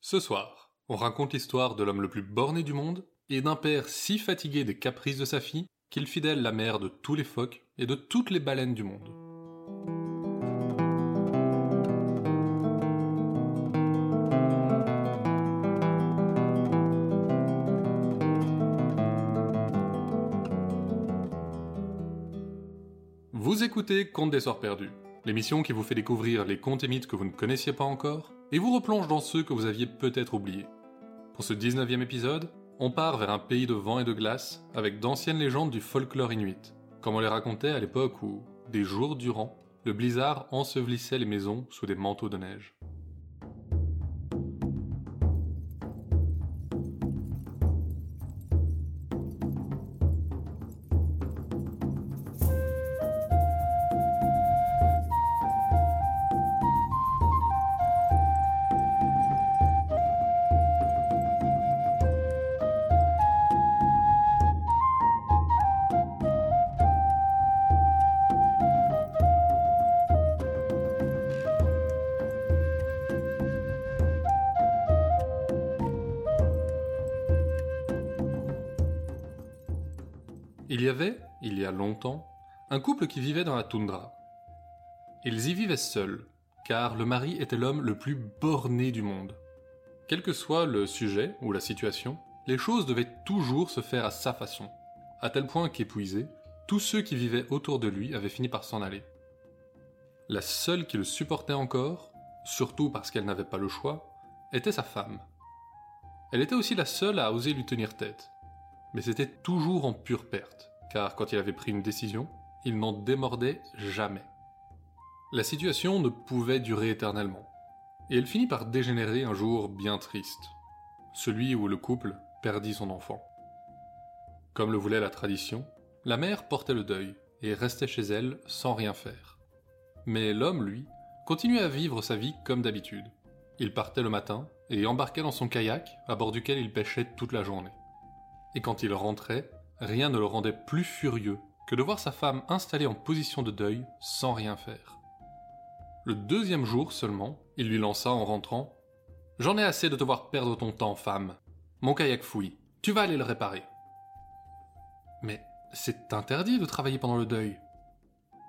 Ce soir, on raconte l'histoire de l'homme le plus borné du monde et d'un père si fatigué des caprices de sa fille qu'il fidèle la mère de tous les phoques et de toutes les baleines du monde. Vous écoutez Contes des Soirs Perdus, l'émission qui vous fait découvrir les contes et mythes que vous ne connaissiez pas encore et vous replonge dans ceux que vous aviez peut-être oubliés. Pour ce 19e épisode, on part vers un pays de vent et de glace avec d'anciennes légendes du folklore inuit, comme on les racontait à l'époque où, des jours durant, le blizzard ensevelissait les maisons sous des manteaux de neige. Il y a longtemps, un couple qui vivait dans la toundra. Ils y vivaient seuls, car le mari était l'homme le plus borné du monde. Quel que soit le sujet ou la situation, les choses devaient toujours se faire à sa façon, à tel point qu'épuisés, tous ceux qui vivaient autour de lui avaient fini par s'en aller. La seule qui le supportait encore, surtout parce qu'elle n'avait pas le choix, était sa femme. Elle était aussi la seule à oser lui tenir tête, mais c'était toujours en pure perte. Car quand il avait pris une décision, il n'en démordait jamais. La situation ne pouvait durer éternellement, et elle finit par dégénérer un jour bien triste, celui où le couple perdit son enfant. Comme le voulait la tradition, la mère portait le deuil et restait chez elle sans rien faire. Mais l'homme, lui, continuait à vivre sa vie comme d'habitude. Il partait le matin et embarquait dans son kayak, à bord duquel il pêchait toute la journée. Et quand il rentrait, rien ne le rendait plus furieux que de voir sa femme installée en position de deuil sans rien faire. Le deuxième jour seulement, il lui lança en rentrant « J'en ai assez de te voir perdre ton temps, femme. Mon kayak fouille, tu vas aller le réparer. » « Mais c'est interdit de travailler pendant le deuil. »« Interdit ?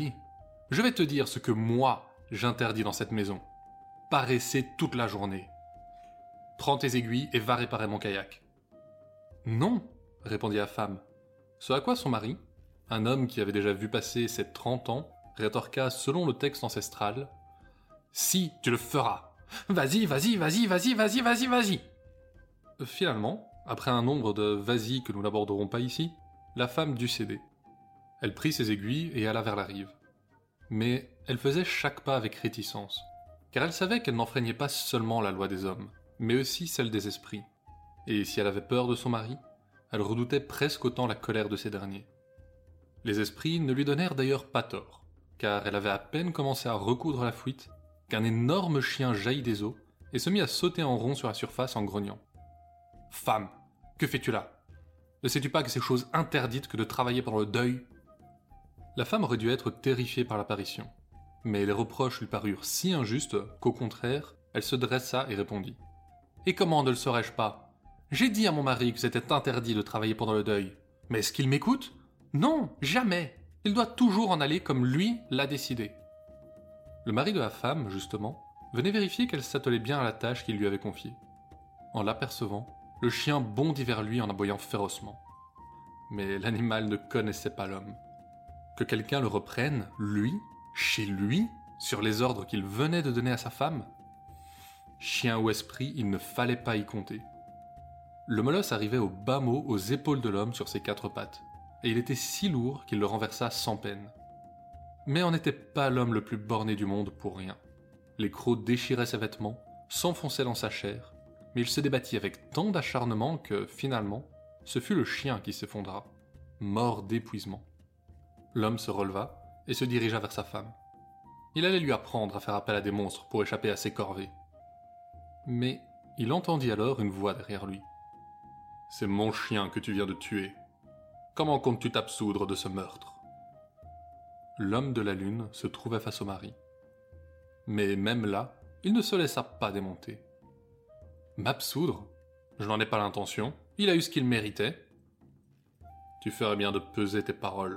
Je vais te dire ce que moi j'interdis dans cette maison. Paresser toute la journée. Prends tes aiguilles et va réparer mon kayak. »« Non !» répondit la femme. Ce à quoi son mari, un homme qui avait déjà vu passer ses 30 ans, rétorqua selon le texte ancestral « Si, tu le feras. Vas-y, vas-y, vas-y, vas-y, vas-y, vas-y, vas-y !» Finalement, après un nombre de « vas-y » que nous n'aborderons pas ici, la femme dut céder. Elle prit ses aiguilles et alla vers la rive. Mais elle faisait chaque pas avec réticence, car elle savait qu'elle n'enfreignait pas seulement la loi des hommes, mais aussi celle des esprits. Et si elle avait peur de son mari, elle redoutait presque autant la colère de ces derniers. Les esprits ne lui donnèrent d'ailleurs pas tort, car elle avait à peine commencé à recoudre la fuite qu'un énorme chien jaillit des eaux et se mit à sauter en rond sur la surface en grognant. « Femme, que fais-tu là ? Ne sais-tu pas que c'est chose interdite que de travailler pendant le deuil ?» La femme aurait dû être terrifiée par l'apparition, mais les reproches lui parurent si injustes qu'au contraire, elle se dressa et répondit « Et comment ne le saurais-je pas ? J'ai dit à mon mari que c'était interdit de travailler pendant le deuil. Mais est-ce qu'il m'écoute ? Non, jamais. Il doit toujours en aller comme lui l'a décidé. » Le mari de la femme, justement, venait vérifier qu'elle s'attelait bien à la tâche qu'il lui avait confiée. En l'apercevant, le chien bondit vers lui en aboyant férocement. Mais l'animal ne connaissait pas l'homme. Que quelqu'un le reprenne, lui, chez lui, sur les ordres qu'il venait de donner à sa femme ? Chien ou esprit, il ne fallait pas y compter. Le molosse arrivait au bas mot aux épaules de l'homme sur ses 4 pattes, et il était si lourd qu'il le renversa sans peine. Mais on n'était pas l'homme le plus borné du monde pour rien. Les crocs déchiraient ses vêtements, s'enfonçaient dans sa chair, mais il se débattit avec tant d'acharnement que, finalement, ce fut le chien qui s'effondra, mort d'épuisement. L'homme se releva et se dirigea vers sa femme. Il allait lui apprendre à faire appel à des monstres pour échapper à ses corvées. Mais il entendit alors une voix derrière lui. « C'est mon chien que tu viens de tuer. Comment comptes-tu t'absoudre de ce meurtre ?» L'homme de la lune se trouvait face au mari. Mais même là, il ne se laissa pas démonter. M'absoudre? Je n'en ai pas l'intention. Il a eu ce qu'il méritait. Tu ferais bien de peser tes paroles.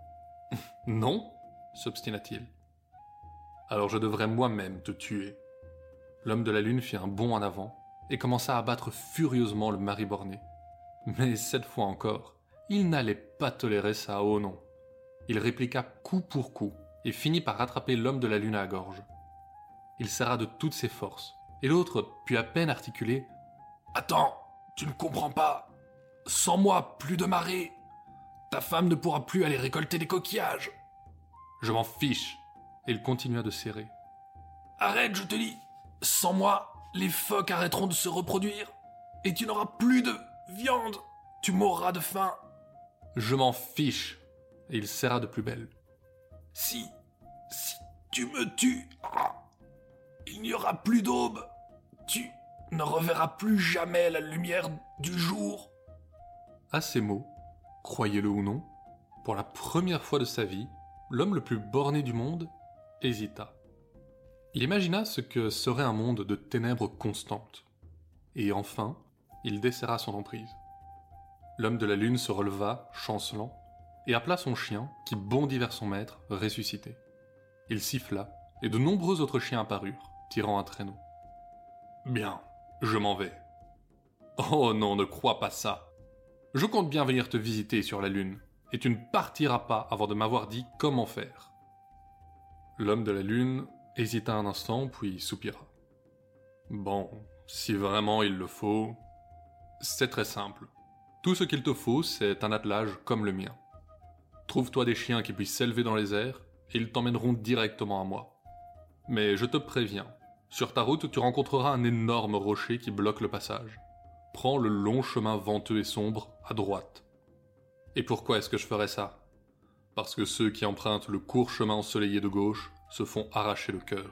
Non, s'obstina-t-il. Alors je devrais moi-même te tuer. L'homme de la lune fit un bond en avant et commença à battre furieusement le mari borné. Mais cette fois encore, il n'allait pas tolérer ça, oh non. Il répliqua coup pour coup et finit par rattraper l'homme de la lune à la gorge. Il serra de toutes ses forces, et l'autre put à peine articuler « Attends, tu ne comprends pas. Sans moi, plus de marée. Ta femme ne pourra plus aller récolter des coquillages. » « Je m'en fiche. » Et il continua de serrer. « Arrête, je te dis. Sans moi, les phoques arrêteront de se reproduire. Et tu n'auras plus de viande. Tu mourras de faim. »« Je m'en fiche. » Et il serra de plus belle. « Si tu me tues, il n'y aura plus d'aube. Tu ne reverras plus jamais la lumière du jour. » À ces mots, croyez-le ou non, pour la première fois de sa vie, l'homme le plus borné du monde hésita. Il imagina ce que serait un monde de ténèbres constantes. Et enfin, il desserra son emprise. L'homme de la lune se releva, chancelant, et appela son chien, qui bondit vers son maître, ressuscité. Il siffla, et de nombreux autres chiens apparurent, tirant un traîneau. « Bien, je m'en vais. »« Oh non, ne crois pas ça. Je compte bien venir te visiter sur la lune, et tu ne partiras pas avant de m'avoir dit comment faire. » L'homme de la lune hésita un instant, puis soupira. « Bon, si vraiment il le faut, c'est très simple. Tout ce qu'il te faut, c'est un attelage comme le mien. Trouve-toi des chiens qui puissent s'élever dans les airs, et ils t'emmèneront directement à moi. Mais je te préviens, sur ta route, tu rencontreras un énorme rocher qui bloque le passage. Prends le long chemin venteux et sombre à droite. Et pourquoi est-ce que je ferais ça? Parce que ceux qui empruntent le court chemin ensoleillé de gauche se font arracher le cœur. »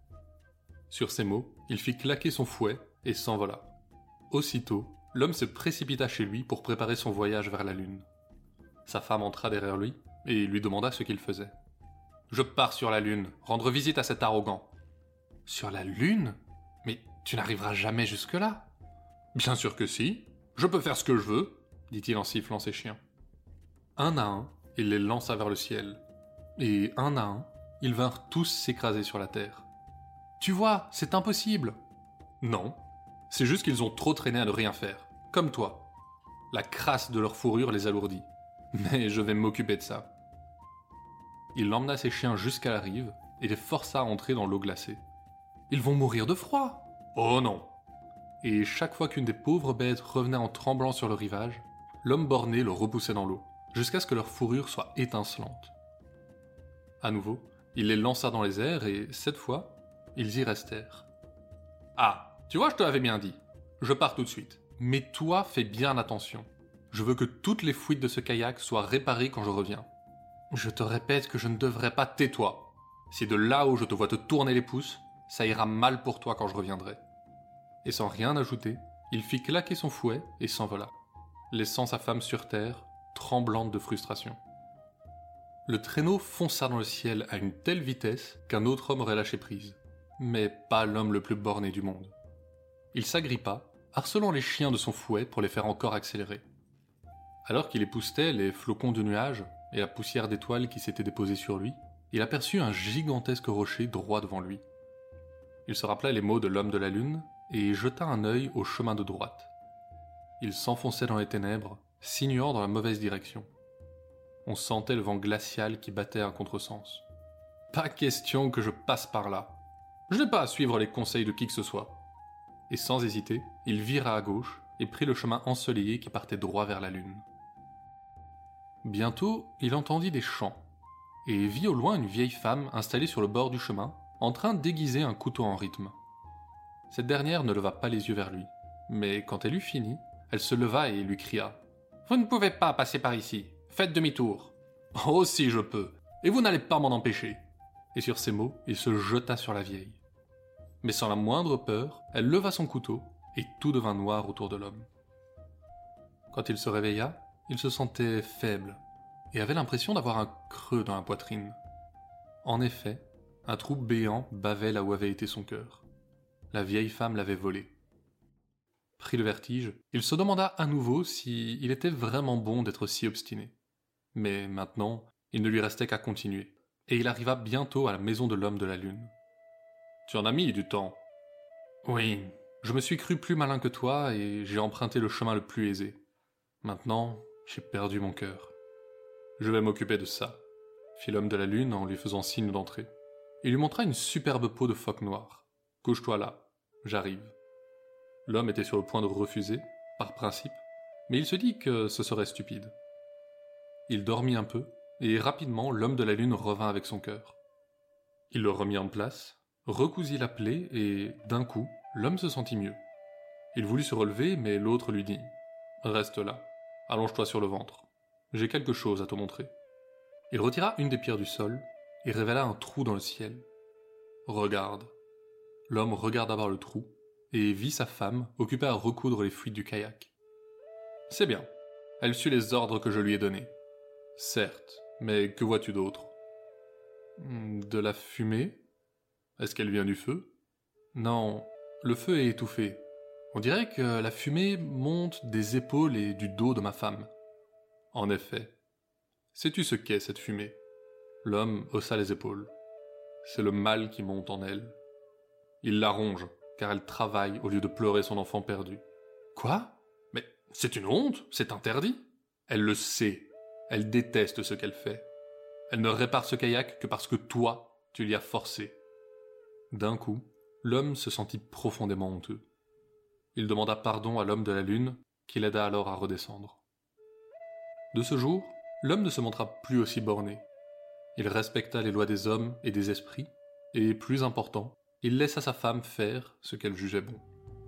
Sur ces mots, il fit claquer son fouet et s'envola. Aussitôt, l'homme se précipita chez lui pour préparer son voyage vers la lune. Sa femme entra derrière lui et lui demanda ce qu'il faisait. « Je pars sur la lune, rendre visite à cet arrogant. »« Sur la lune? Mais tu n'arriveras jamais jusque-là. »« Bien sûr que si. Je peux faire ce que je veux, » dit-il en sifflant ses chiens. Un à un, il les lança vers le ciel. Et un à un, ils vinrent tous s'écraser sur la terre. « Tu vois, c'est impossible. »« Non, c'est juste qu'ils ont trop traîné à ne rien faire, comme toi. La crasse de leur fourrure les alourdit. Mais je vais m'occuper de ça. » Il emmena ses chiens jusqu'à la rive et les força à entrer dans l'eau glacée. « Ils vont mourir de froid. »« Oh non !» Et chaque fois qu'une des pauvres bêtes revenait en tremblant sur le rivage, l'homme borné le repoussait dans l'eau, jusqu'à ce que leur fourrure soit étincelante. À nouveau, il les lança dans les airs et, cette fois, ils y restèrent. « Ah, tu vois, je te l'avais bien dit. Je pars tout de suite. Mais toi, fais bien attention. Je veux que toutes les fuites de ce kayak soient réparées quand je reviens. Je te répète que je ne devrais pas. Tais-toi. Si de là où je te vois te tourner les pouces, ça ira mal pour toi quand je reviendrai. » Et sans rien ajouter, il fit claquer son fouet et s'envola, laissant sa femme sur terre, tremblante de frustration. Le traîneau fonça dans le ciel à une telle vitesse qu'un autre homme aurait lâché prise, mais pas l'homme le plus borné du monde. Il s'agrippa, harcelant les chiens de son fouet pour les faire encore accélérer. Alors qu'il époussetait les flocons de nuages et la poussière d'étoiles qui s'était déposée sur lui, il aperçut un gigantesque rocher droit devant lui. Il se rappela les mots de l'homme de la lune et jeta un œil au chemin de droite. Il s'enfonçait dans les ténèbres, sinuant dans la mauvaise direction. On sentait le vent glacial qui battait à contresens. Pas question que je passe par là. Je n'ai pas à suivre les conseils de qui que ce soit. Et sans hésiter, il vira à gauche et prit le chemin ensoleillé qui partait droit vers la lune. Bientôt, il entendit des chants et vit au loin une vieille femme installée sur le bord du chemin, en train d'aiguiser un couteau en rythme. Cette dernière ne leva pas les yeux vers lui, mais quand elle eut fini, elle se leva et lui cria « Vous ne pouvez pas passer par ici, faites demi-tour. »« Oh si je peux, et vous n'allez pas m'en empêcher. » Et sur ces mots, il se jeta sur la vieille. Mais sans la moindre peur, elle leva son couteau, et tout devint noir autour de l'homme. Quand il se réveilla, il se sentait faible, et avait l'impression d'avoir un creux dans la poitrine. En effet, un trou béant bavait là où avait été son cœur. La vieille femme l'avait volé. Pris le vertige, il se demanda à nouveau s'il était vraiment bon d'être si obstiné. Mais maintenant, il ne lui restait qu'à continuer, et il arriva bientôt à la maison de l'homme de la lune. « Tu en as mis du temps. »« Oui, je me suis cru plus malin que toi et j'ai emprunté le chemin le plus aisé. Maintenant, j'ai perdu mon cœur. »« Je vais m'occuper de ça, » fit l'homme de la lune en lui faisant signe d'entrer. Il lui montra une superbe peau de phoque noire. « Couche-toi là, j'arrive. » L'homme était sur le point de refuser, par principe, mais il se dit que ce serait stupide. Il dormit un peu, et rapidement l'homme de la lune revint avec son cœur. Il le remit en place, recousit la plaie, et d'un coup, l'homme se sentit mieux. Il voulut se relever, mais l'autre lui dit « Reste là, allonge-toi sur le ventre. J'ai quelque chose à te montrer. » Il retira une des pierres du sol, et révéla un trou dans le ciel. « Regarde. » L'homme regarda vers le trou, et vit sa femme occupée à recoudre les fuites du kayak. « C'est bien. Elle suit les ordres que je lui ai donnés. »« Certes, mais que vois-tu d'autre ?»« De la fumée. Est-ce qu'elle vient du feu ?»« Non, le feu est étouffé. On dirait que la fumée monte des épaules et du dos de ma femme. »« En effet. Sais-tu ce qu'est cette fumée ?» L'homme haussa les épaules. « C'est le mal qui monte en elle. Il la ronge, car elle travaille au lieu de pleurer son enfant perdu. »« Quoi ? Mais c'est une honte, c'est interdit. » »« Elle le sait. Elle déteste ce qu'elle fait. Elle ne répare ce kayak que parce que toi, tu l'y as forcé. » D'un coup, l'homme se sentit profondément honteux. Il demanda pardon à l'homme de la lune, qui l'aida alors à redescendre. De ce jour, l'homme ne se montra plus aussi borné. Il respecta les lois des hommes et des esprits, et plus important, il laissa sa femme faire ce qu'elle jugeait bon.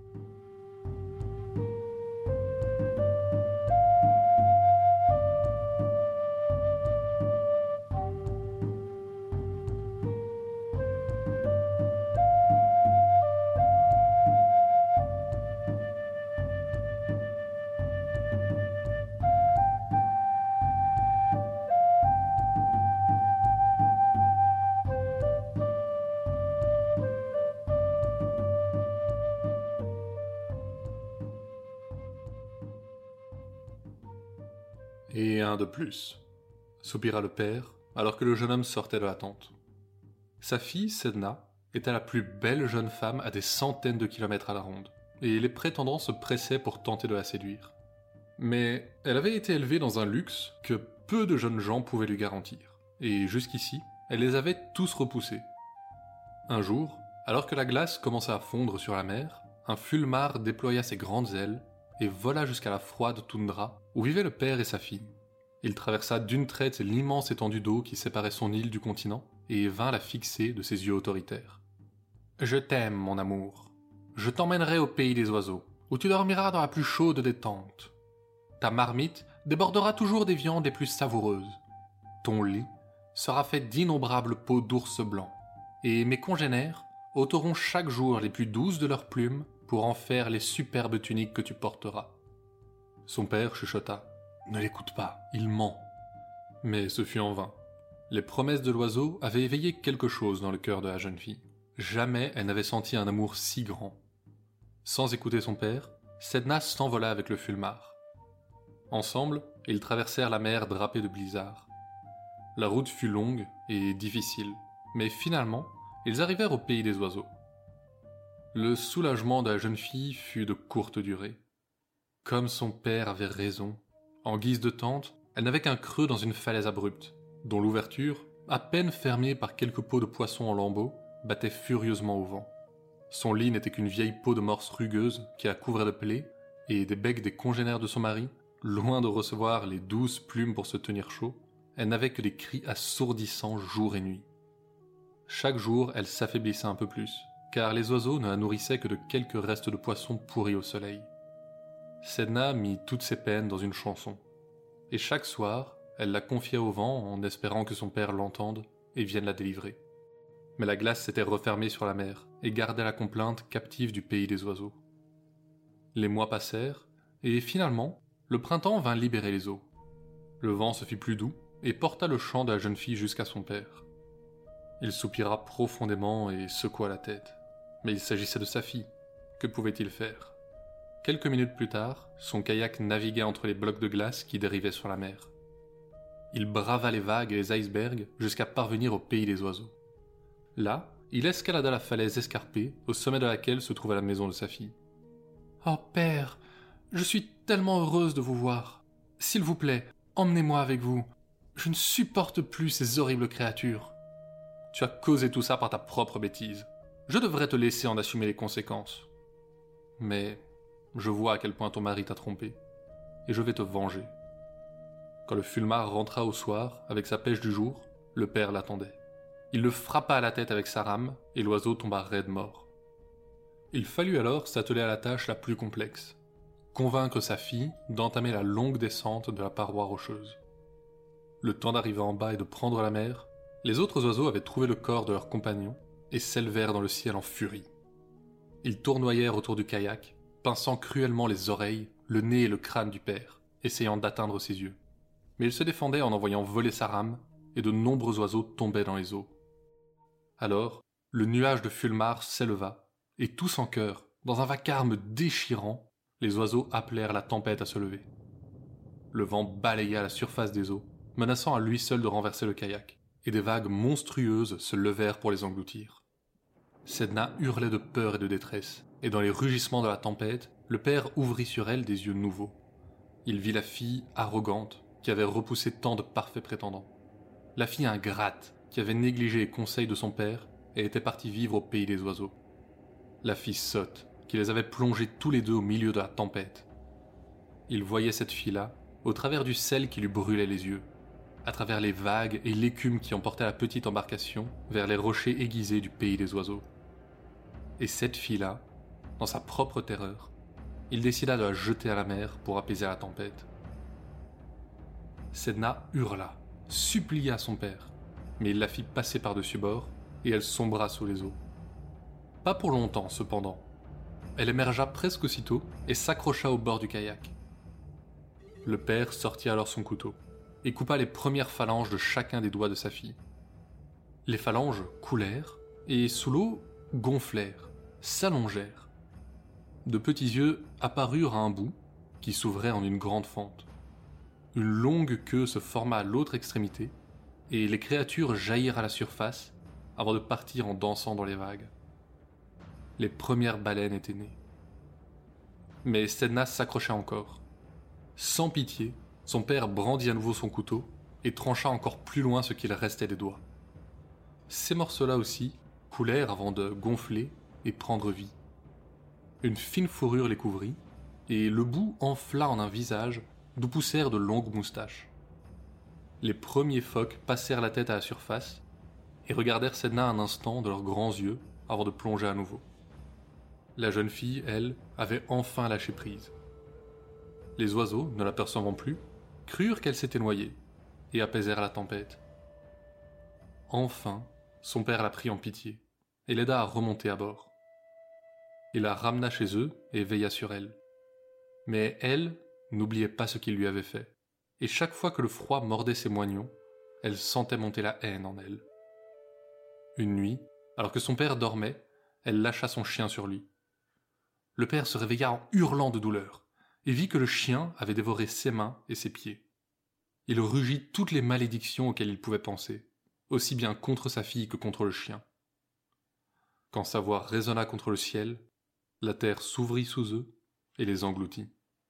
Et un de plus, soupira le père, alors que le jeune homme sortait de la tente. Sa fille, Sedna, était la plus belle jeune femme à des centaines de kilomètres à la ronde, et les prétendants se pressaient pour tenter de la séduire. Mais elle avait été élevée dans un luxe que peu de jeunes gens pouvaient lui garantir, et jusqu'ici, elle les avait tous repoussés. Un jour, alors que la glace commençait à fondre sur la mer, un fulmar déploya ses grandes ailes et vola jusqu'à la froide toundra où vivaient le père et sa fille. Il traversa d'une traite l'immense étendue d'eau qui séparait son île du continent et vint la fixer de ses yeux autoritaires. « Je t'aime, mon amour. Je t'emmènerai au pays des oiseaux, où tu dormiras dans la plus chaude des tentes. Ta marmite débordera toujours des viandes les plus savoureuses. Ton lit sera fait d'innombrables peaux d'ours blancs, et mes congénères ôteront chaque jour les plus douces de leurs plumes pour en faire les superbes tuniques que tu porteras. » Son père chuchota. « Ne l'écoute pas, il ment. » Mais ce fut en vain. Les promesses de l'oiseau avaient éveillé quelque chose dans le cœur de la jeune fille. Jamais elle n'avait senti un amour si grand. Sans écouter son père, Sedna s'envola avec le fulmar. Ensemble, ils traversèrent la mer drapée de blizzard. La route fut longue et difficile, mais finalement, ils arrivèrent au pays des oiseaux. Le soulagement de la jeune fille fut de courte durée. Comme son père avait raison, en guise de tente, elle n'avait qu'un creux dans une falaise abrupte, dont l'ouverture, à peine fermée par quelques peaux de poisson en lambeaux, battait furieusement au vent. Son lit n'était qu'une vieille peau de morse rugueuse qui la couvrait de plaies, et des becs des congénères de son mari, loin de recevoir les douces plumes pour se tenir chaud, elle n'avait que des cris assourdissants jour et nuit. Chaque jour, elle s'affaiblissait un peu plus, car les oiseaux ne la nourrissaient que de quelques restes de poissons pourris au soleil. Sedna mit toutes ses peines dans une chanson, et chaque soir, elle la confiait au vent en espérant que son père l'entende et vienne la délivrer. Mais la glace s'était refermée sur la mer et gardait la complainte captive du pays des oiseaux. Les mois passèrent, et finalement, le printemps vint libérer les eaux. Le vent se fit plus doux et porta le chant de la jeune fille jusqu'à son père. Il soupira profondément et secoua la tête. Mais il s'agissait de sa fille. Que pouvait-il faire ? Quelques minutes plus tard, son kayak naviguait entre les blocs de glace qui dérivaient sur la mer. Il brava les vagues et les icebergs jusqu'à parvenir au pays des oiseaux. Là, il escalada la falaise escarpée au sommet de laquelle se trouvait la maison de sa fille. « Oh père, je suis tellement heureuse de vous voir. S'il vous plaît, emmenez-moi avec vous. Je ne supporte plus ces horribles créatures. Tu as causé tout ça par ta propre bêtise. Je devrais te laisser en assumer les conséquences. Mais je vois à quel point ton mari t'a trompé, et je vais te venger. » Quand le fulmar rentra au soir avec sa pêche du jour, le père l'attendait. Il le frappa à la tête avec sa rame, et l'oiseau tomba raide mort. Il fallut alors s'atteler à la tâche la plus complexe, convaincre sa fille d'entamer la longue descente de la paroi rocheuse. Le temps d'arriver en bas et de prendre la mer, les autres oiseaux avaient trouvé le corps de leur compagnon et s'élevèrent dans le ciel en furie. Ils tournoyèrent autour du kayak, pinçant cruellement les oreilles, le nez et le crâne du père, essayant d'atteindre ses yeux. Mais il se défendait en envoyant voler sa rame, et de nombreux oiseaux tombaient dans les eaux. Alors, le nuage de fulmar s'éleva, et tous en chœur, dans un vacarme déchirant, les oiseaux appelèrent la tempête à se lever. Le vent balaya la surface des eaux, menaçant à lui seul de renverser le kayak, et des vagues monstrueuses se levèrent pour les engloutir. Sedna hurlait de peur et de détresse, et dans les rugissements de la tempête, le père ouvrit sur elle des yeux nouveaux. Il vit la fille arrogante, qui avait repoussé tant de parfaits prétendants. La fille ingrate, qui avait négligé les conseils de son père et était partie vivre au pays des oiseaux. La fille sotte, qui les avait plongés tous les deux au milieu de la tempête. Il voyait cette fille-là, au travers du sel qui lui brûlait les yeux, à travers les vagues et l'écume qui emportait la petite embarcation vers les rochers aiguisés du pays des oiseaux. Et cette fille-là, dans sa propre terreur, il décida de la jeter à la mer pour apaiser la tempête. Sedna hurla, supplia son père, mais il la fit passer par-dessus bord et elle sombra sous les eaux. Pas pour longtemps cependant. Elle émergea presque aussitôt et s'accrocha au bord du kayak. Le père sortit alors son couteau et coupa les premières phalanges de chacun des doigts de sa fille. Les phalanges coulèrent et sous l'eau gonflèrent, s'allongèrent. De petits yeux apparurent à un bout qui s'ouvrait en une grande fente. Une longue queue se forma à l'autre extrémité et les créatures jaillirent à la surface avant de partir en dansant dans les vagues. Les premières baleines étaient nées. Mais Sedna s'accrocha encore. Sans pitié, son père brandit à nouveau son couteau et trancha encore plus loin ce qu'il restait des doigts. Ces morceaux-là aussi coulèrent avant de gonfler et prendre vie. Une fine fourrure les couvrit, et le bout enfla en un visage d'où poussèrent de longues moustaches. Les premiers phoques passèrent la tête à la surface et regardèrent Sedna un instant de leurs grands yeux avant de plonger à nouveau. La jeune fille, elle, avait enfin lâché prise. Les oiseaux, ne l'apercevant plus, crurent qu'elle s'était noyée et apaisèrent la tempête. Enfin, son père la prit en pitié et l'aida à remonter à bord. Il la ramena chez eux et veilla sur elle. Mais elle n'oubliait pas ce qu'il lui avait fait, et chaque fois que le froid mordait ses moignons, elle sentait monter la haine en elle. Une nuit, alors que son père dormait, elle lâcha son chien sur lui. Le père se réveilla en hurlant de douleur, et vit que le chien avait dévoré ses mains et ses pieds. Il rugit toutes les malédictions auxquelles il pouvait penser, aussi bien contre sa fille que contre le chien. Quand sa voix résonna contre le ciel, la terre s'ouvrit sous eux et les engloutit.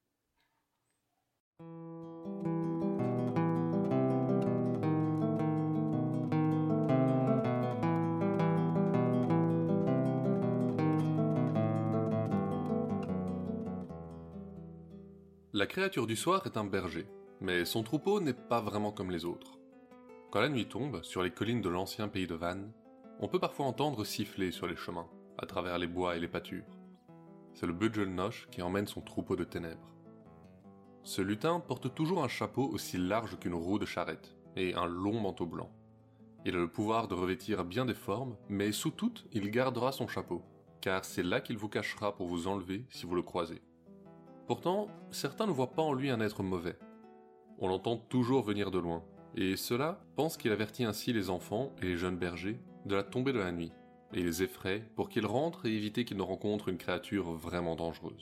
La créature du soir est un berger, mais son troupeau n'est pas vraiment comme les autres. Quand la nuit tombe, sur les collines de l'ancien pays de Vannes, on peut parfois entendre siffler sur les chemins, à travers les bois et les pâtures. C'est le Bödgelnoch qui emmène son troupeau de ténèbres. Ce lutin porte toujours un chapeau aussi large qu'une roue de charrette, et un long manteau blanc. Il a le pouvoir de revêtir bien des formes, mais sous toutes, il gardera son chapeau, car c'est là qu'il vous cachera pour vous enlever si vous le croisez. Pourtant, certains ne voient pas en lui un être mauvais. On l'entend toujours venir de loin, et ceux-là pensent qu'il avertit ainsi les enfants et les jeunes bergers de la tombée de la nuit, et les effraie pour qu'ils rentrent et éviter qu'ils ne rencontrent une créature vraiment dangereuse.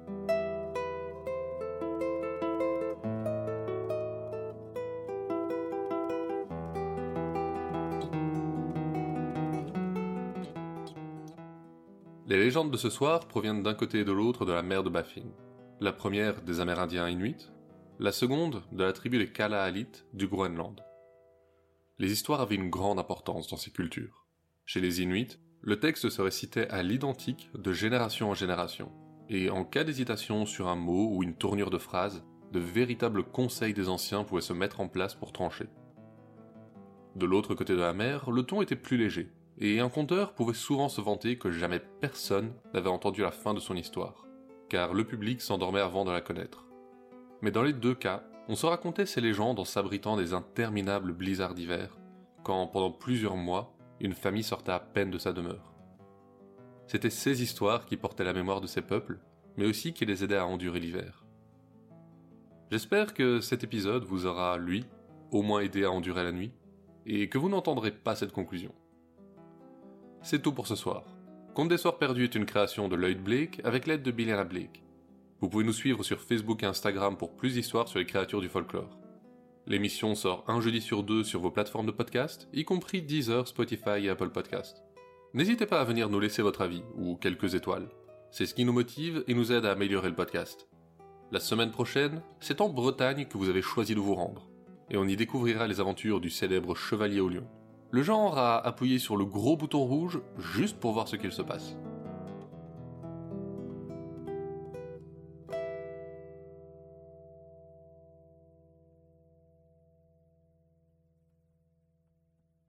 Les légendes de ce soir proviennent d'un côté et de l'autre de la mer de Baffin. La première des Amérindiens Inuits, la seconde de la tribu des Kalaallit du Groenland. Les histoires avaient une grande importance dans ces cultures. Chez les Inuits, le texte se récitait à l'identique de génération en génération, et en cas d'hésitation sur un mot ou une tournure de phrase, de véritables conseils des anciens pouvaient se mettre en place pour trancher. De l'autre côté de la mer, le ton était plus léger, et un conteur pouvait souvent se vanter que jamais personne n'avait entendu la fin de son histoire, car le public s'endormait avant de la connaître. Mais dans les deux cas, on se racontait ces légendes en s'abritant des interminables blizzards d'hiver, quand pendant plusieurs mois, une famille sortait à peine de sa demeure. C'étaient ces histoires qui portaient la mémoire de ces peuples, mais aussi qui les aidaient à endurer l'hiver. J'espère que cet épisode vous aura, lui, au moins aidé à endurer la nuit, et que vous n'entendrez pas cette conclusion. C'est tout pour ce soir. Conte des Soirs Perdus est une création de Lloyd Blake avec l'aide de Billiana Blake. Vous pouvez nous suivre sur Facebook et Instagram pour plus d'histoires sur les créatures du folklore. L'émission sort un jeudi sur deux sur vos plateformes de podcast, y compris Deezer, Spotify et Apple Podcast. N'hésitez pas à venir nous laisser votre avis, ou quelques étoiles. C'est ce qui nous motive et nous aide à améliorer le podcast. La semaine prochaine, c'est en Bretagne que vous avez choisi de vous rendre, et on y découvrira les aventures du célèbre Chevalier au Lion. Le genre a appuyé sur le gros bouton rouge juste pour voir ce qu'il se passe.